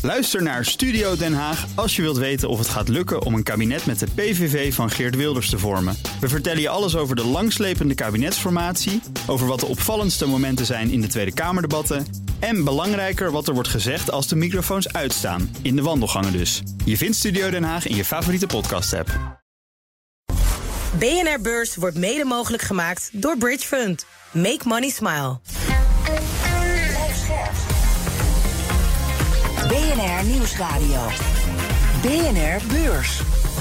Luister naar Studio Den Haag als je wilt weten of het gaat lukken om een kabinet met de PVV van Geert Wilders te vormen. We vertellen je alles over de langslepende kabinetsformatie, over wat de opvallendste momenten zijn in de Tweede Kamerdebatten en belangrijker wat er wordt gezegd als de microfoons uitstaan, in de wandelgangen dus. Je vindt Studio Den Haag in je favoriete podcast-app. BNR Beurs wordt mede mogelijk gemaakt door Bridge Fund. Make money smile. BNR Nieuwsradio. BNR Beurs.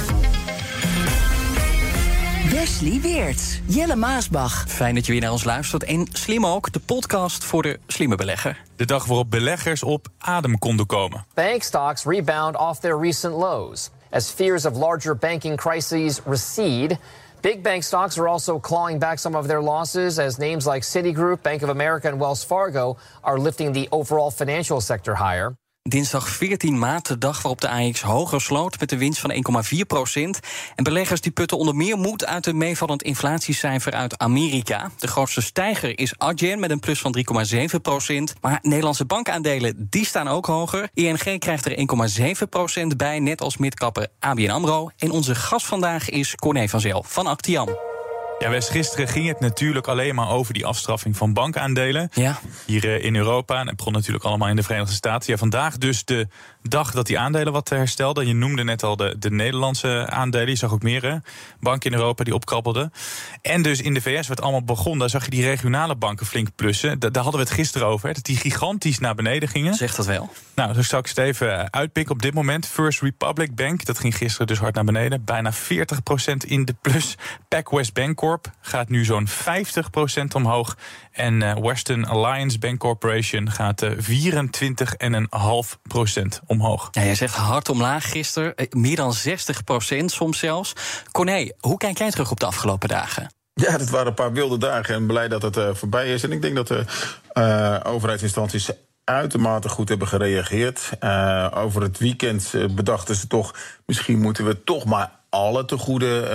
Wesley Weerts, Jelle Maasbach. Fijn dat je weer naar ons luistert. En Slim ook, de podcast voor de slimme belegger. De dag waarop beleggers op adem konden komen. Bank stocks rebound off their recent lows. As fears of larger banking crises recede, big bank stocks are also clawing back some of their losses as names like Citigroup, Bank of America and Wells Fargo are lifting the overall financial sector higher. Dinsdag 14 maart, de dag waarop de AEX hoger sloot met een winst van 1,4%. En beleggers die putten onder meer moed uit een meevallend inflatiecijfer uit Amerika. De grootste stijger is Adyen met een plus van 3,7%. Maar Nederlandse bankaandelen, die staan ook hoger. ING krijgt er 1,7% bij, net als midkapper ABN AMRO. En onze gast vandaag is Corné van Zel van Actiam. Ja, Wes, gisteren ging het natuurlijk alleen maar over die afstraffing van bankaandelen. Ja. Hier in Europa, en het begon natuurlijk allemaal in de Verenigde Staten. Ja, vandaag dus de dag dat die aandelen wat herstelden. Je noemde net al de Nederlandse aandelen. Je zag ook meer banken in Europa die opkrabbelden. En dus in de VS werd allemaal begonnen. Daar zag je die regionale banken flink plussen. Daar hadden we het gisteren over, dat die gigantisch naar beneden gingen. Zegt dat wel? Nou, dus zal ik het even uitpikken op dit moment. First Republic Bank, dat ging gisteren dus hard naar beneden. Bijna 40% in de plus. PacWest Bancorp gaat nu zo'n 50% omhoog. En Western Alliance Bank Corporation gaat 24,5% omhoog. Ja, jij zegt hard omlaag gisteren. Meer dan 60% soms zelfs. Corné, hoe kijk jij terug op de afgelopen dagen? Ja, dat waren een paar wilde dagen en blij dat het voorbij is. En ik denk dat de overheidsinstanties uitermate goed hebben gereageerd. Over het weekend bedachten ze toch, misschien moeten we toch maar alle tegoeden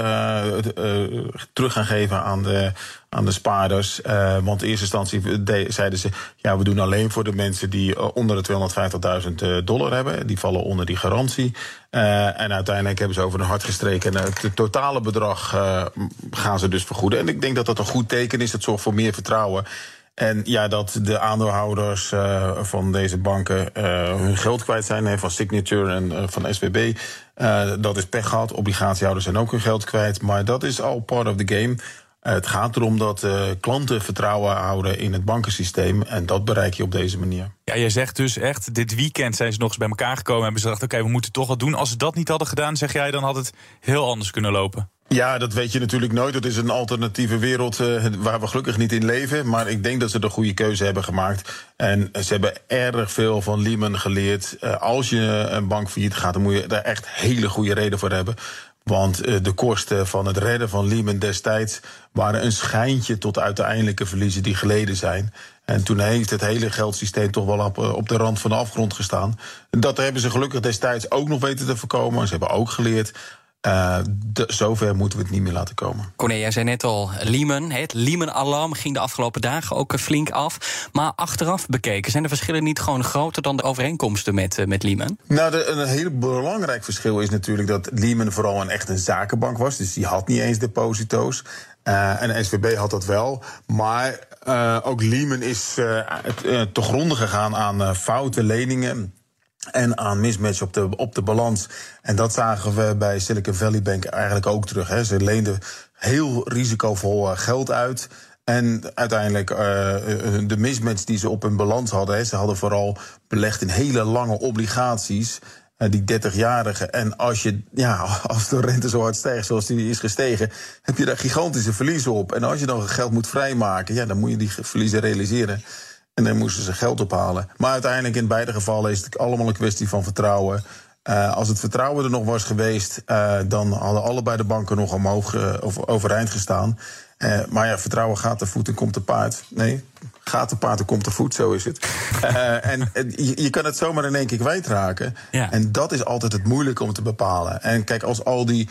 terug gaan geven aan de spaarders. Want in eerste instantie zeiden ze, ja, we doen alleen voor de mensen die onder de $250.000 hebben. Die vallen onder die garantie. En uiteindelijk hebben ze over hun hart gestreken. En het totale bedrag gaan ze dus vergoeden. En ik denk dat dat een goed teken is. Dat zorgt voor meer vertrouwen. En ja, dat de aandeelhouders van deze banken hun geld kwijt zijn, van Signature en van SVB, dat is pech gehad. Obligatiehouders zijn ook hun geld kwijt. Maar dat is al part of the game. Het gaat erom dat klanten vertrouwen houden in het bankensysteem. En dat bereik je op deze manier. Ja, jij zegt dus echt, dit weekend zijn ze nog eens bij elkaar gekomen. Hebben ze gedacht, oké, we moeten toch wat doen. Als ze dat niet hadden gedaan, zeg jij, dan had het heel anders kunnen lopen. Ja, dat weet je natuurlijk nooit. Het is een alternatieve wereld waar we gelukkig niet in leven. Maar ik denk dat ze de goede keuze hebben gemaakt. En ze hebben erg veel van Lehman geleerd. Als je een bank failliet gaat, dan moet je daar echt hele goede reden voor hebben. Want de kosten van het redden van Lehman destijds waren een schijntje tot uiteindelijke verliezen die geleden zijn. En toen heeft het hele geldsysteem toch wel op de rand van de afgrond gestaan. Dat hebben ze gelukkig destijds ook nog weten te voorkomen. Ze hebben ook geleerd. Zover moeten we het niet meer laten komen. Corné, jij zei net al, Lehman, het Lehman-alarm ging de afgelopen dagen ook flink af. Maar achteraf bekeken, zijn de verschillen niet gewoon groter dan de overeenkomsten met Lehman? Nou, een heel belangrijk verschil is natuurlijk dat Lehman vooral een zakenbank was. Dus die had niet eens deposito's. En SVB had dat wel. Maar ook Lehman is te gronde gegaan aan foute leningen en aan mismatch op de balans. En dat zagen we bij Silicon Valley Bank eigenlijk ook terug. Hè. Ze leenden heel risicovol geld uit. En uiteindelijk de mismatch die ze op hun balans hadden. Hè. Ze hadden vooral belegd in hele lange obligaties, die 30-jarige. En als de rente zo hard stijgt zoals die is gestegen, heb je daar gigantische verliezen op. En als je dan geld moet vrijmaken, ja, dan moet je die verliezen realiseren. En dan moesten ze geld ophalen. Maar uiteindelijk in beide gevallen is het allemaal een kwestie van vertrouwen. Als het vertrouwen er nog was geweest, dan hadden allebei de banken nog omhoog of overeind gestaan. Maar ja, vertrouwen gaat te voet en komt te paard. Nee, gaat te paard en komt te voet, zo is het. En je kan het zomaar in één keer kwijtraken. Ja. En dat is altijd het moeilijke om te bepalen. En kijk, als al die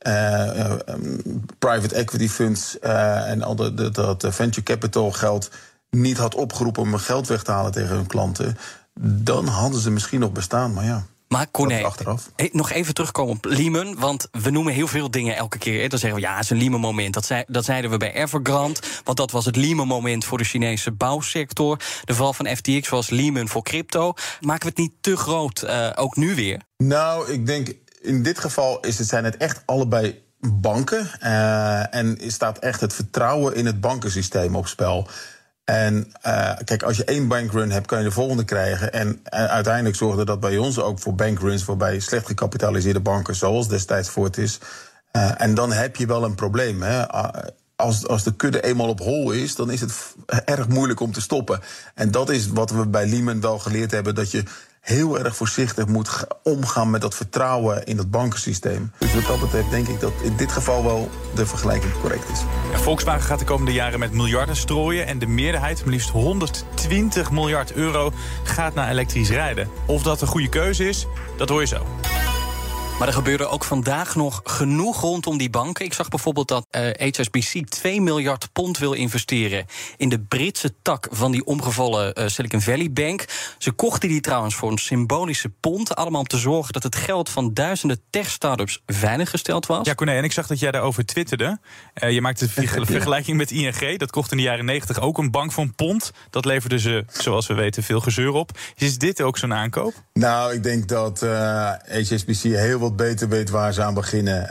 private equity funds en al dat venture capital geld niet had opgeroepen om geld weg te halen tegen hun klanten, dan hadden ze misschien nog bestaan, maar ja. Maar Corné, achteraf. Nog even terugkomen op Lehman, want we noemen heel veel dingen elke keer. Dan zeggen we, het is een Lehman-moment. Dat zeiden we bij Evergrande, want dat was het Lehman-moment voor de Chinese bouwsector. De val van FTX was Lehman voor crypto. Maken we het niet te groot, ook nu weer? Nou, ik denk, in dit geval zijn het echt allebei banken. En staat echt het vertrouwen in het bankensysteem op spel. En kijk, als je 1 bankrun hebt, kan je de volgende krijgen. En uiteindelijk zorgde dat bij ons ook voor bankruns, waarbij slecht gecapitaliseerde banken, zoals destijds Fortis. En dan heb je wel een probleem. Hè. Als de kudde eenmaal op hol is, dan is het erg moeilijk om te stoppen. En dat is wat we bij Lehman wel geleerd hebben, dat je heel erg voorzichtig moet omgaan met dat vertrouwen in het bankensysteem. Dus wat dat betreft denk ik dat in dit geval wel de vergelijking correct is. Ja, Volkswagen gaat de komende jaren met miljarden strooien en de meerderheid, maar liefst 120 miljard euro, gaat naar elektrisch rijden. Of dat een goede keuze is, dat hoor je zo. Maar er gebeurde ook vandaag nog genoeg rondom die banken. Ik zag bijvoorbeeld dat HSBC 2 miljard pond wil investeren in de Britse tak van die omgevallen Silicon Valley Bank. Ze kochten die trouwens voor een symbolische pond. Allemaal om te zorgen dat het geld van duizenden tech-startups veiliggesteld was. Ja, Corné, en ik zag dat jij daarover twitterde. Je maakte de vergelijking met ING. Dat kocht in de jaren 90 ook een bank voor een pond. Dat leverde ze, zoals we weten, veel gezeur op. Is dit ook zo'n aankoop? Nou, ik denk dat HSBC heel wat beter weet waar ze aan beginnen.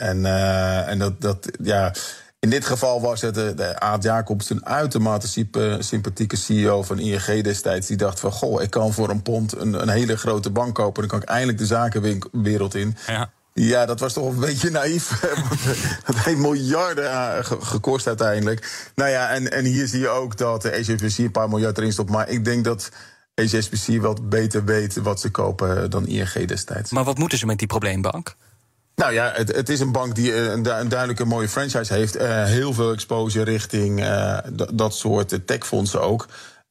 En in dit geval was het de Aad Jacobs, een uitermate sympathieke CEO van ING destijds. Die dacht van, goh, ik kan voor een pond een hele grote bank kopen. Dan kan ik eindelijk de zakenwereld in. Ja. Ja, dat was toch een beetje naïef. Dat heeft miljarden gekost uiteindelijk. Nou ja, en hier zie je ook dat de HSBC een paar miljard erin stopt. Maar ik denk dat HSBC wat beter weet wat ze kopen dan ING destijds. Maar wat moeten ze met die probleembank? Nou ja, het is een bank die een duidelijke mooie franchise heeft. Heel veel exposure richting dat soort techfondsen ook.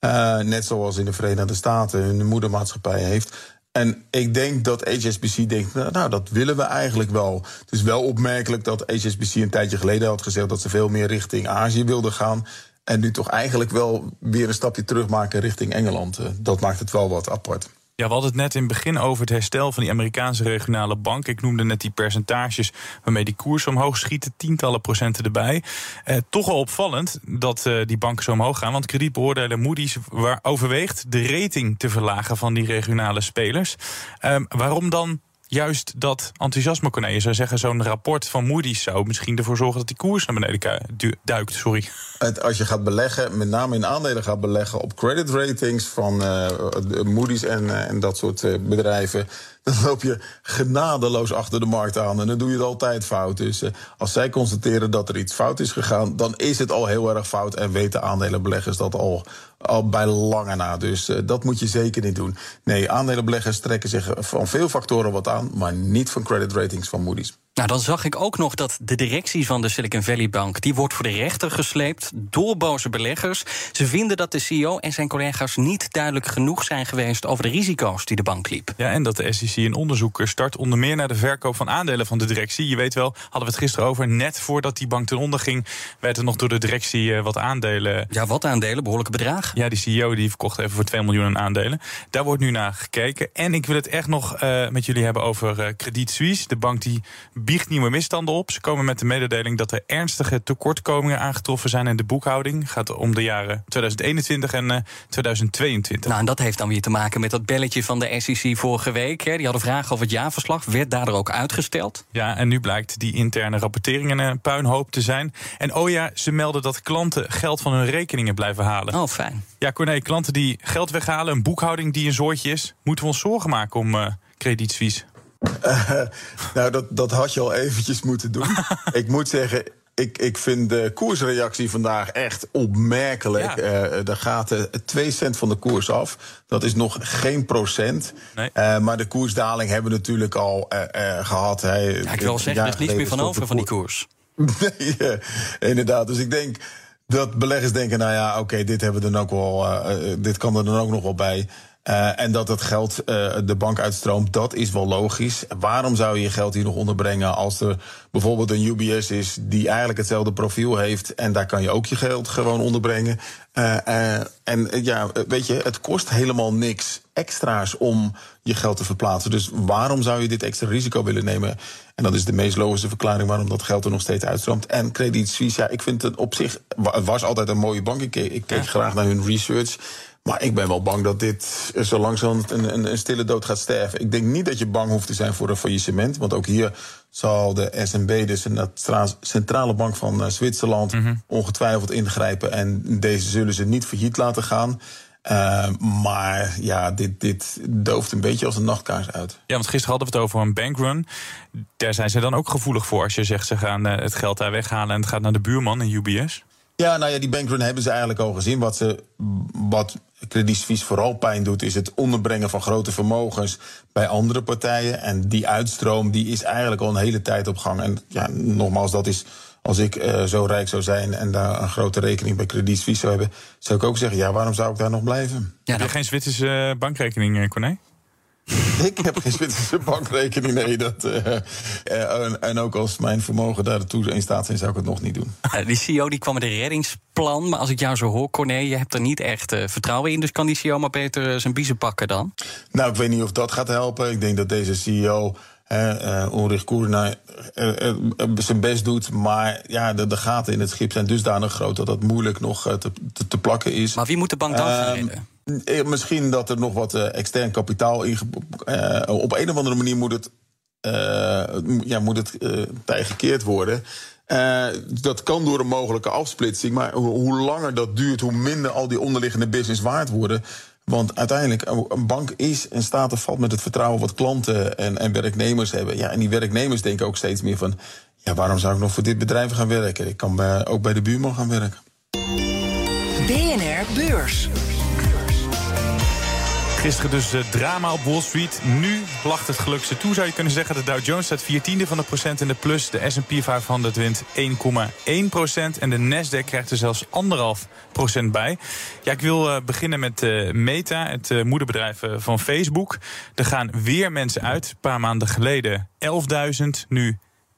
Net zoals in de Verenigde Staten hun moedermaatschappij heeft. En ik denk dat HSBC denkt, nou, dat willen we eigenlijk wel. Het is wel opmerkelijk dat HSBC een tijdje geleden had gezegd dat ze veel meer richting Azië wilden gaan. En nu toch eigenlijk wel weer een stapje terug maken richting Engeland. Dat maakt het wel wat apart. Ja, we hadden het net in het begin over het herstel van die Amerikaanse regionale bank. Ik noemde net die percentages waarmee die koers omhoog schieten, tientallen procenten erbij. Toch wel opvallend dat die banken zo omhoog gaan, want kredietbeoordelaar Moody's overweegt de rating te verlagen van die regionale spelers. Waarom dan juist dat enthousiasme, Corné? Je zou zeggen, zo'n rapport van Moody's zou misschien ervoor zorgen dat die koers naar beneden duikt. Sorry. Als je gaat beleggen, met name in aandelen gaat beleggen op credit ratings van Moody's en dat soort bedrijven, dan loop je genadeloos achter de markt aan. En dan doe je het altijd fout. Dus als zij constateren dat er iets fout is gegaan, dan is het al heel erg fout. En weten aandelenbeleggers dat al bij lange na. Dus dat moet je zeker niet doen. Nee, aandelenbeleggers trekken zich van veel factoren wat aan, maar niet van credit ratings van Moody's. Nou, dan zag ik ook nog dat de directie van de Silicon Valley Bank, die wordt voor de rechter gesleept door boze beleggers. Ze vinden dat de CEO en zijn collega's niet duidelijk genoeg zijn geweest over de risico's die de bank liep. Ja, en dat de SEC een onderzoek start onder meer naar de verkoop van aandelen van de directie. Je weet wel, hadden we het gisteren over, net voordat die bank ten onder ging, werd er nog door de directie wat aandelen. Ja, wat aandelen? Behoorlijke bedragen. Ja, die CEO die verkocht even voor 2 miljoen aan aandelen. Daar wordt nu naar gekeken. En ik wil het echt nog met jullie hebben over Credit Suisse. De bank die biecht nieuwe misstanden op. Ze komen met de mededeling dat er ernstige tekortkomingen aangetroffen zijn in de boekhouding. Het gaat om de jaren 2021 en 2022. Nou, en dat heeft dan weer te maken met dat belletje van de SEC vorige week. Hè. Die hadden vragen over het jaarverslag. Werd daardoor ook uitgesteld? Ja, en nu blijkt die interne rapporteringen een puinhoop te zijn. En oh ja, ze melden dat klanten geld van hun rekeningen blijven halen. Oh, fijn. Ja, Corné, klanten die geld weghalen, een boekhouding die een zoortje is. Moeten we ons zorgen maken om Credit Suisse? Nou, dat had je al eventjes moeten doen. Ik moet zeggen, ik vind de koersreactie vandaag echt opmerkelijk. Ja. Er gaat 2 cent van de koers af. Dat is nog geen procent. Nee. Maar de koersdaling hebben we natuurlijk al gehad. Ja, ik wil zeggen, er is niets meer van over van die koers. Nee, inderdaad. Dus ik denk dat beleggers denken, nou ja, oké, dit hebben we dan ook wel. Dit kan er dan ook nog wel bij. En dat het geld de bank uitstroomt, dat is wel logisch. Waarom zou je je geld hier nog onderbrengen als er bijvoorbeeld een UBS is die eigenlijk hetzelfde profiel heeft en daar kan je ook je geld gewoon onderbrengen. En ja, weet je, het kost helemaal niks extra's om je geld te verplaatsen. Dus waarom zou je dit extra risico willen nemen? En dat is de meest logische verklaring waarom dat geld er nog steeds uitstroomt. En Credit Suisse, ja, ik vind het op zich... Het was altijd een mooie bank. Ik keek graag naar hun research. Maar ik ben wel bang dat dit zo langzaam een stille dood gaat sterven. Ik denk niet dat je bang hoeft te zijn voor een faillissement. Want ook hier zal de SNB, dus de Centrale Bank van Zwitserland, ongetwijfeld ingrijpen. En deze zullen ze niet failliet laten gaan. Maar ja, dit dooft een beetje als een nachtkaars uit. Ja, want gisteren hadden we het over een bankrun. Daar zijn ze dan ook gevoelig voor als je zegt ze gaan het geld daar weghalen en het gaat naar de buurman in UBS. Ja, nou ja, die bankrun hebben ze eigenlijk al gezien. Wat Credit Suisse vooral pijn doet, is het onderbrengen van grote vermogens bij andere partijen. En die uitstroom die is eigenlijk al een hele tijd op gang. En ja, nogmaals, dat is, als ik zo rijk zou zijn en daar een grote rekening bij Credit Suisse zou hebben, zou ik ook zeggen, ja, waarom zou ik daar nog blijven? Ja, heb je geen Zwitserse bankrekening, Corné? Ik heb geen Zwitserse bankrekening, nee. En ook als mijn vermogen daartoe in staat zijn, zou ik het nog niet doen. Die CEO die kwam met een reddingsplan, maar als ik jou zo hoor, Corné, je hebt er niet echt vertrouwen in. Dus kan die CEO maar beter zijn biezen pakken dan? Nou, ik weet niet of dat gaat helpen. Ik denk dat deze CEO, Ulrich Koerner, zijn best doet. Maar ja, de gaten in het schip zijn dusdanig groot dat dat moeilijk nog te plakken is. Maar wie moet de bank dan gaan redden? Misschien dat er nog wat extern kapitaal op een of andere manier moet het tijgekeerd worden. Dat kan door een mogelijke afsplitsing. Maar hoe langer dat duurt, hoe minder al die onderliggende business waard worden. Want uiteindelijk, een bank is en staat of valt met het vertrouwen wat klanten en werknemers hebben. Ja, en die werknemers denken ook steeds meer van, ja, waarom zou ik nog voor dit bedrijf gaan werken? Ik kan ook bij de buurman gaan werken. BNR Beurs. Gisteren dus drama op Wall Street. Nu lacht het geluk ze toe, zou je kunnen zeggen. De Dow Jones staat 0,4% in de plus. De S&P 500 wint 1,1%. En de Nasdaq krijgt er zelfs 1,5% bij. Ja, ik wil beginnen met Meta, het moederbedrijf van Facebook. Er gaan weer mensen uit. Een paar maanden geleden 11.000, nu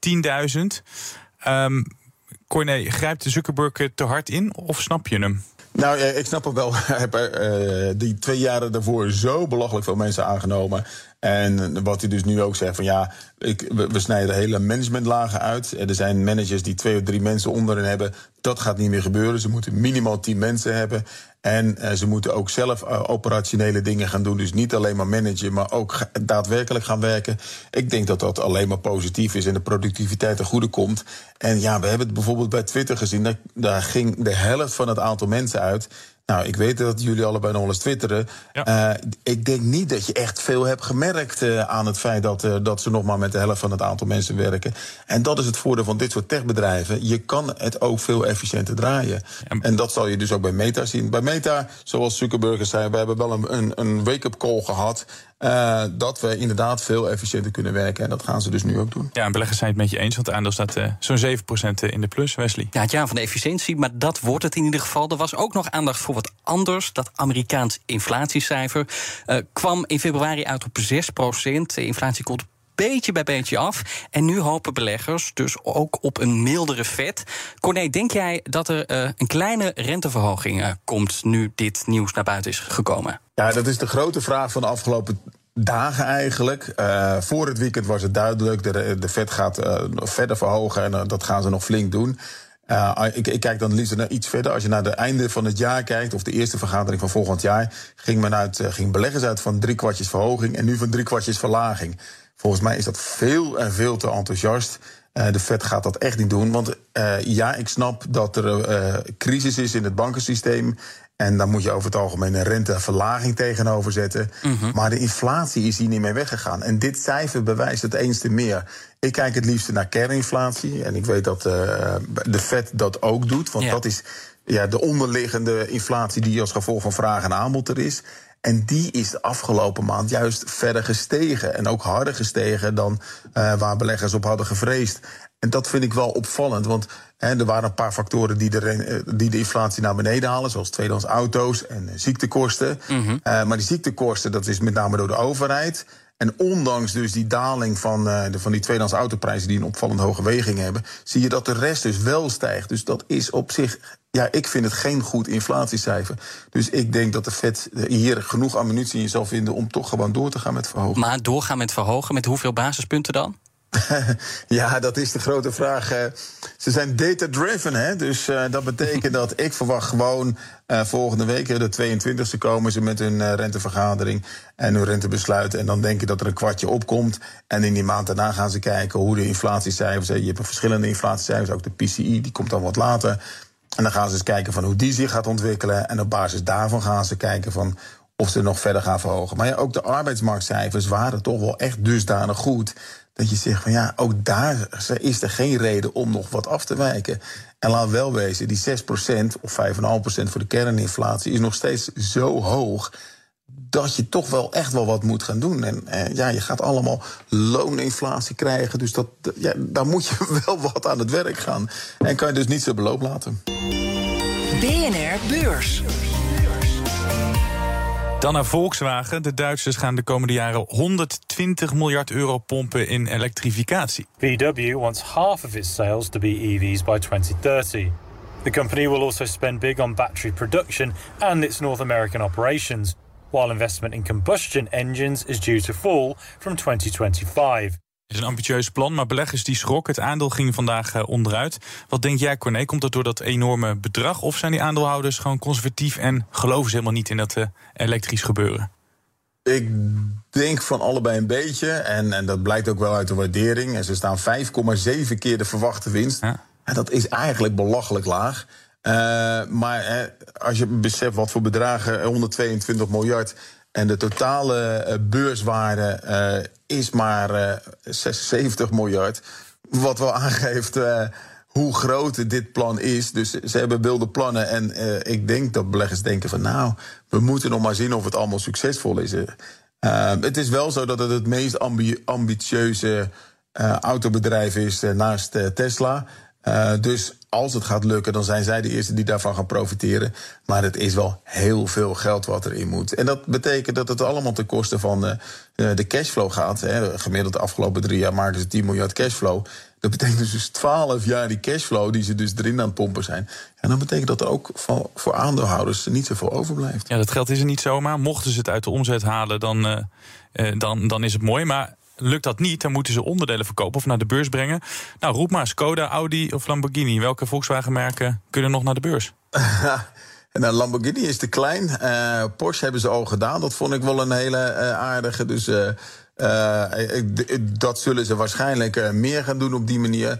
10.000. Corné, grijpt Zuckerberg te hard in of snap je hem? Nou, ik snap hem wel. Hij heeft die 2 jaren daarvoor zo belachelijk veel mensen aangenomen. En wat hij dus nu ook zegt, van ja, we snijden hele managementlagen uit. Er zijn managers die 2 of 3 mensen onderin hebben. Dat gaat niet meer gebeuren. Ze moeten minimaal 10 mensen hebben. En ze moeten ook zelf operationele dingen gaan doen. Dus niet alleen maar managen, maar ook daadwerkelijk gaan werken. Ik denk dat dat alleen maar positief is en de productiviteit ten goede komt. En ja, we hebben het bijvoorbeeld bij Twitter gezien. Daar ging de helft van het aantal mensen uit. Nou, ik weet dat jullie allebei nog eens twitteren. Ja. Ik denk niet dat je echt veel hebt gemerkt aan het feit dat ze nog maar met de helft van het aantal mensen werken. En dat is het voordeel van dit soort techbedrijven. Je kan het ook veel efficiënter draaien. Ja. En dat zal je dus ook bij Meta zien. Bij Meta, zoals Zuckerberg zei, we hebben wel een wake-up call gehad. Dat we inderdaad veel efficiënter kunnen werken. En dat gaan ze dus nu ook doen. Ja, en beleggers zijn het met je eens, want het aandeel staat zo'n 7% in de plus, Wesley. Ja, het jaar van de efficiëntie, maar dat wordt het in ieder geval. Er was ook nog aandacht voor wat anders. Dat Amerikaans inflatiecijfer kwam in februari uit op 6%. De inflatie komt beetje bij beetje af. En nu hopen beleggers dus ook op een mildere Fed. Corné, denk jij dat er een kleine renteverhoging komt nu dit nieuws naar buiten is gekomen? Ja, dat is de grote vraag van de afgelopen dagen eigenlijk. Voor het weekend was het duidelijk. De Fed gaat verder verhogen en dat gaan ze nog flink doen. Ik kijk dan liefst naar iets verder. Als je naar het einde van het jaar kijkt, of de eerste vergadering van volgend jaar, ging beleggers uit van 3/4 verhoging en nu van 3/4 verlaging. Volgens mij is dat veel en veel te enthousiast. De Fed gaat dat echt niet doen. Want ik snap dat er crisis is in het bankensysteem. En daar moet je over het algemeen een renteverlaging tegenover zetten. Mm-hmm. Maar de inflatie is hier niet mee weggegaan. En dit cijfer bewijst het eens te meer. Ik kijk het liefst naar kerninflatie. En ik weet dat de Fed dat ook doet. Want dat is de onderliggende inflatie die als gevolg van vraag en aanbod er is. En die is de afgelopen maand juist verder gestegen. En ook harder gestegen dan waar beleggers op hadden gevreesd. En dat vind ik wel opvallend, want er waren een paar factoren die de inflatie naar beneden halen, zoals tweedehands auto's en ziektekosten. Mm-hmm. Maar die ziektekosten, dat is met name door de overheid. En ondanks dus die daling van die tweedehands autoprijzen die een opvallend hoge weging hebben, zie je dat de rest dus wel stijgt. Dus dat is op zich, ik vind het geen goed inflatiecijfer. Dus ik denk dat de Fed hier genoeg ammunitie in zal vinden om toch gewoon door te gaan met verhogen. Maar doorgaan met verhogen, met hoeveel basispunten dan? Ja, dat is de grote vraag. Ze zijn data-driven, hè? Dus dat betekent dat ik verwacht gewoon volgende week, de 22e, komen ze met hun rentevergadering en hun rentebesluit. En dan denk ik dat er een kwartje opkomt. En in die maand daarna gaan ze kijken hoe de inflatiecijfers, je hebt verschillende inflatiecijfers, ook de PCI, die komt dan wat later. En dan gaan ze eens kijken van hoe die zich gaat ontwikkelen. En op basis daarvan gaan ze kijken van of ze nog verder gaan verhogen. Maar ook de arbeidsmarktcijfers waren toch wel echt dusdanig goed dat je zegt van ook daar is er geen reden om nog wat af te wijken. En laat wel wezen, die 6% of 5,5% voor de kerninflatie is nog steeds zo hoog dat je toch wel echt wel wat moet gaan doen. En je gaat allemaal looninflatie krijgen, dus daar moet je wel wat aan het werk gaan. En kan je dus niet zo beloop laten. BNR Beurs. Dan naar Volkswagen. De Duitsers gaan de komende jaren 120 miljard euro pompen in elektrificatie. VW wants half of its sales to be EVs by 2030. The company will also spend big on battery production and its North American operations, while investment in combustion engines is due to fall from 2025. Het is een ambitieus plan, maar beleggers die schrokken. Het aandeel ging vandaag onderuit. Wat denk jij, Corné? Komt dat door dat enorme bedrag? Of zijn die aandeelhouders gewoon conservatief en geloven ze helemaal niet in dat elektrisch gebeuren? Ik denk van allebei een beetje. En dat blijkt ook wel uit de waardering. En ze staan 5,7 keer de verwachte winst. Ja. En dat is eigenlijk belachelijk laag. Maar als je beseft wat voor bedragen, 122 miljard... en de totale beurswaarde is maar 76 miljard. Wat wel aangeeft hoe groot dit plan is. Dus ze hebben wilde plannen. En ik denk dat beleggers denken van we moeten nog maar zien of het allemaal succesvol is. Het is wel zo dat het meest ambitieuze autobedrijf is naast Tesla. Dus als het gaat lukken, dan zijn zij de eerste die daarvan gaan profiteren. Maar het is wel heel veel geld wat erin moet. En dat betekent dat het allemaal ten koste van de cashflow gaat. Gemiddeld de afgelopen 3 jaar maken ze 10 miljard cashflow. Dat betekent dus 12 jaar die cashflow die ze dus erin aan het pompen zijn. En dat betekent dat er ook voor aandeelhouders niet zoveel overblijft. Ja, dat geld is er niet zomaar. Mochten ze het uit de omzet halen, dan is het mooi. Maar lukt dat niet, dan moeten ze onderdelen verkopen of naar de beurs brengen. Nou, roep maar, Skoda, Audi of Lamborghini. Welke Volkswagen-merken kunnen nog naar de beurs? Lamborghini is te klein. Porsche hebben ze al gedaan. Dat vond ik wel een hele aardige. Dus dat zullen ze waarschijnlijk meer gaan doen op die manier.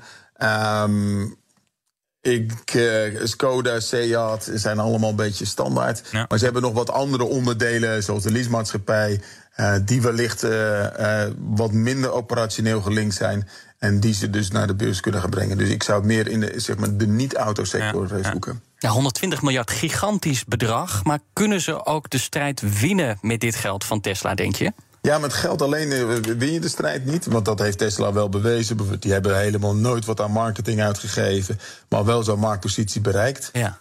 Skoda, Seat zijn allemaal een beetje standaard. Ja. Maar ze hebben nog wat andere onderdelen, zoals de leasemaatschappij, die wellicht wat minder operationeel gelinkt zijn. En die ze dus naar de beurs kunnen gaan brengen. Dus ik zou het meer in de niet-autosector zoeken. Ja, 120 miljard, gigantisch bedrag. Maar kunnen ze ook de strijd winnen met dit geld van Tesla, denk je? Ja, met geld alleen win je de strijd niet. Want dat heeft Tesla wel bewezen. Die hebben helemaal nooit wat aan marketing uitgegeven. Maar wel zo'n marktpositie bereikt. Ja.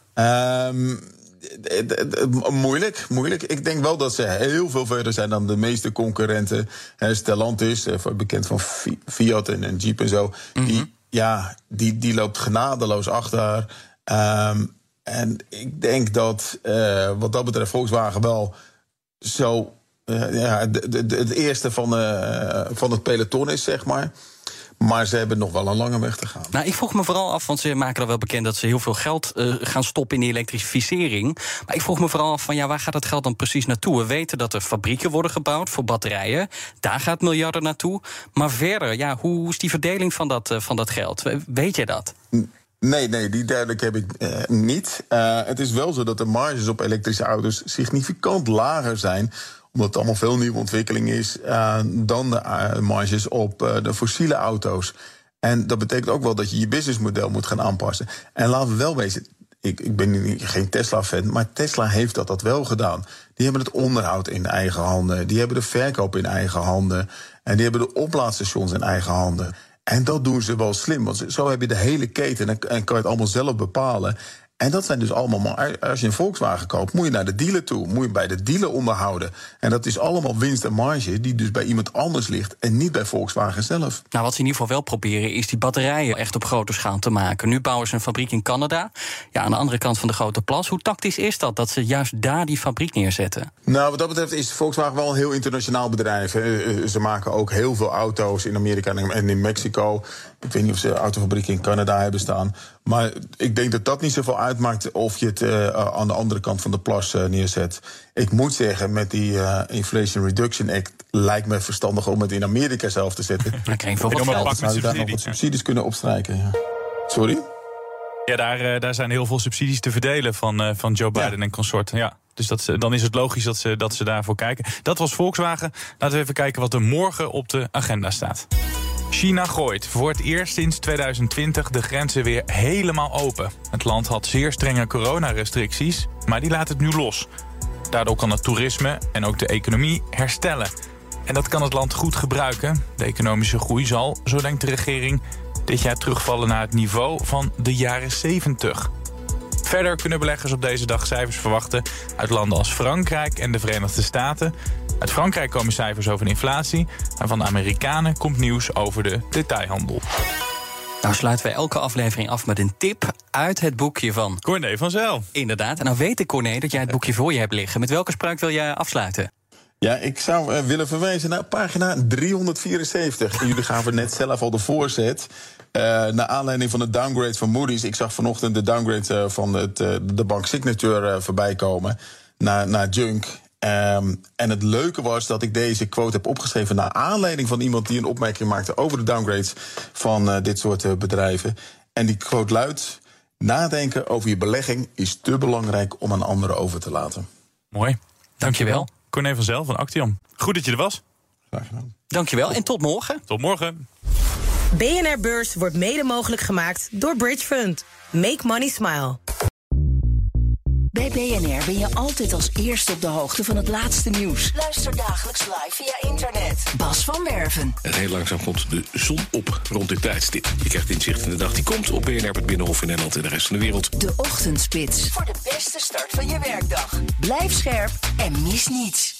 Moeilijk. Ik denk wel dat ze heel veel verder zijn dan de meeste concurrenten. Stellantis, bekend van Fiat en Jeep en zo. Mm-hmm. Die loopt genadeloos achter. En ik denk dat wat dat betreft Volkswagen wel zo het eerste van het peloton is, zeg maar. Maar ze hebben nog wel een lange weg te gaan. Nou, ik vroeg me vooral af, want ze maken er wel bekend dat ze heel veel geld gaan stoppen in die elektrificering. Maar ik vroeg me vooral af van waar gaat dat geld dan precies naartoe? We weten dat er fabrieken worden gebouwd voor batterijen. Daar gaat miljarden naartoe. Maar verder, hoe is die verdeling van dat geld? Weet je dat? Nee, die duidelijk heb ik niet. Het is wel zo dat de marges op elektrische auto's significant lager zijn, omdat het allemaal veel nieuwe ontwikkeling is, dan de marges op de fossiele auto's. En dat betekent ook wel dat je je businessmodel moet gaan aanpassen. En laten we wel wezen, ik ben geen Tesla-fan, maar Tesla heeft dat wel gedaan. Die hebben het onderhoud in eigen handen, die hebben de verkoop in eigen handen, en die hebben de oplaadstations in eigen handen. En dat doen ze wel slim, want zo heb je de hele keten en kan je het allemaal zelf bepalen. En dat zijn dus allemaal, als je een Volkswagen koopt, moet je naar de dealer toe. Moet je bij de dealer onderhouden. En dat is allemaal winst en marge die dus bij iemand anders ligt en niet bij Volkswagen zelf. Nou, wat ze in ieder geval wel proberen is die batterijen echt op grote schaal te maken. Nu bouwen ze een fabriek in Canada. Ja, aan de andere kant van de Grote Plas. Hoe tactisch is dat ze juist daar die fabriek neerzetten? Nou, wat dat betreft is Volkswagen wel een heel internationaal bedrijf. Ze maken ook heel veel auto's in Amerika en in Mexico. Ik weet niet of ze autofabrieken in Canada hebben staan. Maar ik denk dat dat niet zoveel uitmaakt of je het aan de andere kant van de plas neerzet. Ik moet zeggen, met die Inflation Reduction Act lijkt me verstandiger om het in Amerika zelf te zetten. Dan krijg je veel wat Zou je daar nog wat subsidies kunnen opstrijken? Ja. Sorry? Ja, daar zijn heel veel subsidies te verdelen van Joe Biden en consorten. Ja. Dus dan is het logisch dat ze daarvoor kijken. Dat was Volkswagen. Laten we even kijken wat er morgen op de agenda staat. China gooit voor het eerst sinds 2020 de grenzen weer helemaal open. Het land had zeer strenge coronarestricties, maar die laat het nu los. Daardoor kan het toerisme en ook de economie herstellen. En dat kan het land goed gebruiken. De economische groei zal, zo denkt de regering, dit jaar terugvallen naar het niveau van de jaren 70. Verder kunnen beleggers op deze dag cijfers verwachten uit landen als Frankrijk en de Verenigde Staten. Uit Frankrijk komen cijfers over de inflatie. En van de Amerikanen komt nieuws over de detailhandel. Nou sluiten wij elke aflevering af met een tip uit het boekje van Corné van Zijl. Inderdaad. En nou weet ik, Corné, dat jij het boekje voor je hebt liggen. Met welke spreuk wil jij afsluiten? Ja, ik zou willen verwijzen naar pagina 374. En jullie gaven net zelf al de voorzet. Naar aanleiding van de downgrade van Moody's. Ik zag vanochtend de downgrade van de bank Signature voorbij komen naar junk. En het leuke was dat ik deze quote heb opgeschreven naar aanleiding van iemand die een opmerking maakte over de downgrades van dit soort bedrijven. En die quote luidt: nadenken over je belegging is te belangrijk om aan anderen over te laten. Mooi. Dankjewel. Corné van Zijl van Actiam. Goed dat je er was. Graag gedaan. Dankjewel en tot morgen. Tot morgen. BNR Beurs wordt mede mogelijk gemaakt door Bridge Fund. Make money smile. Bij BNR ben je altijd als eerste op de hoogte van het laatste nieuws. Luister dagelijks live via internet. Bas van Werven. En heel langzaam komt de zon op rond dit tijdstip. Je krijgt inzicht in de dag die komt op BNR, het Binnenhof in Nederland en de rest van de wereld. De Ochtendspits. Voor de beste start van je werkdag. Blijf scherp en mis niets.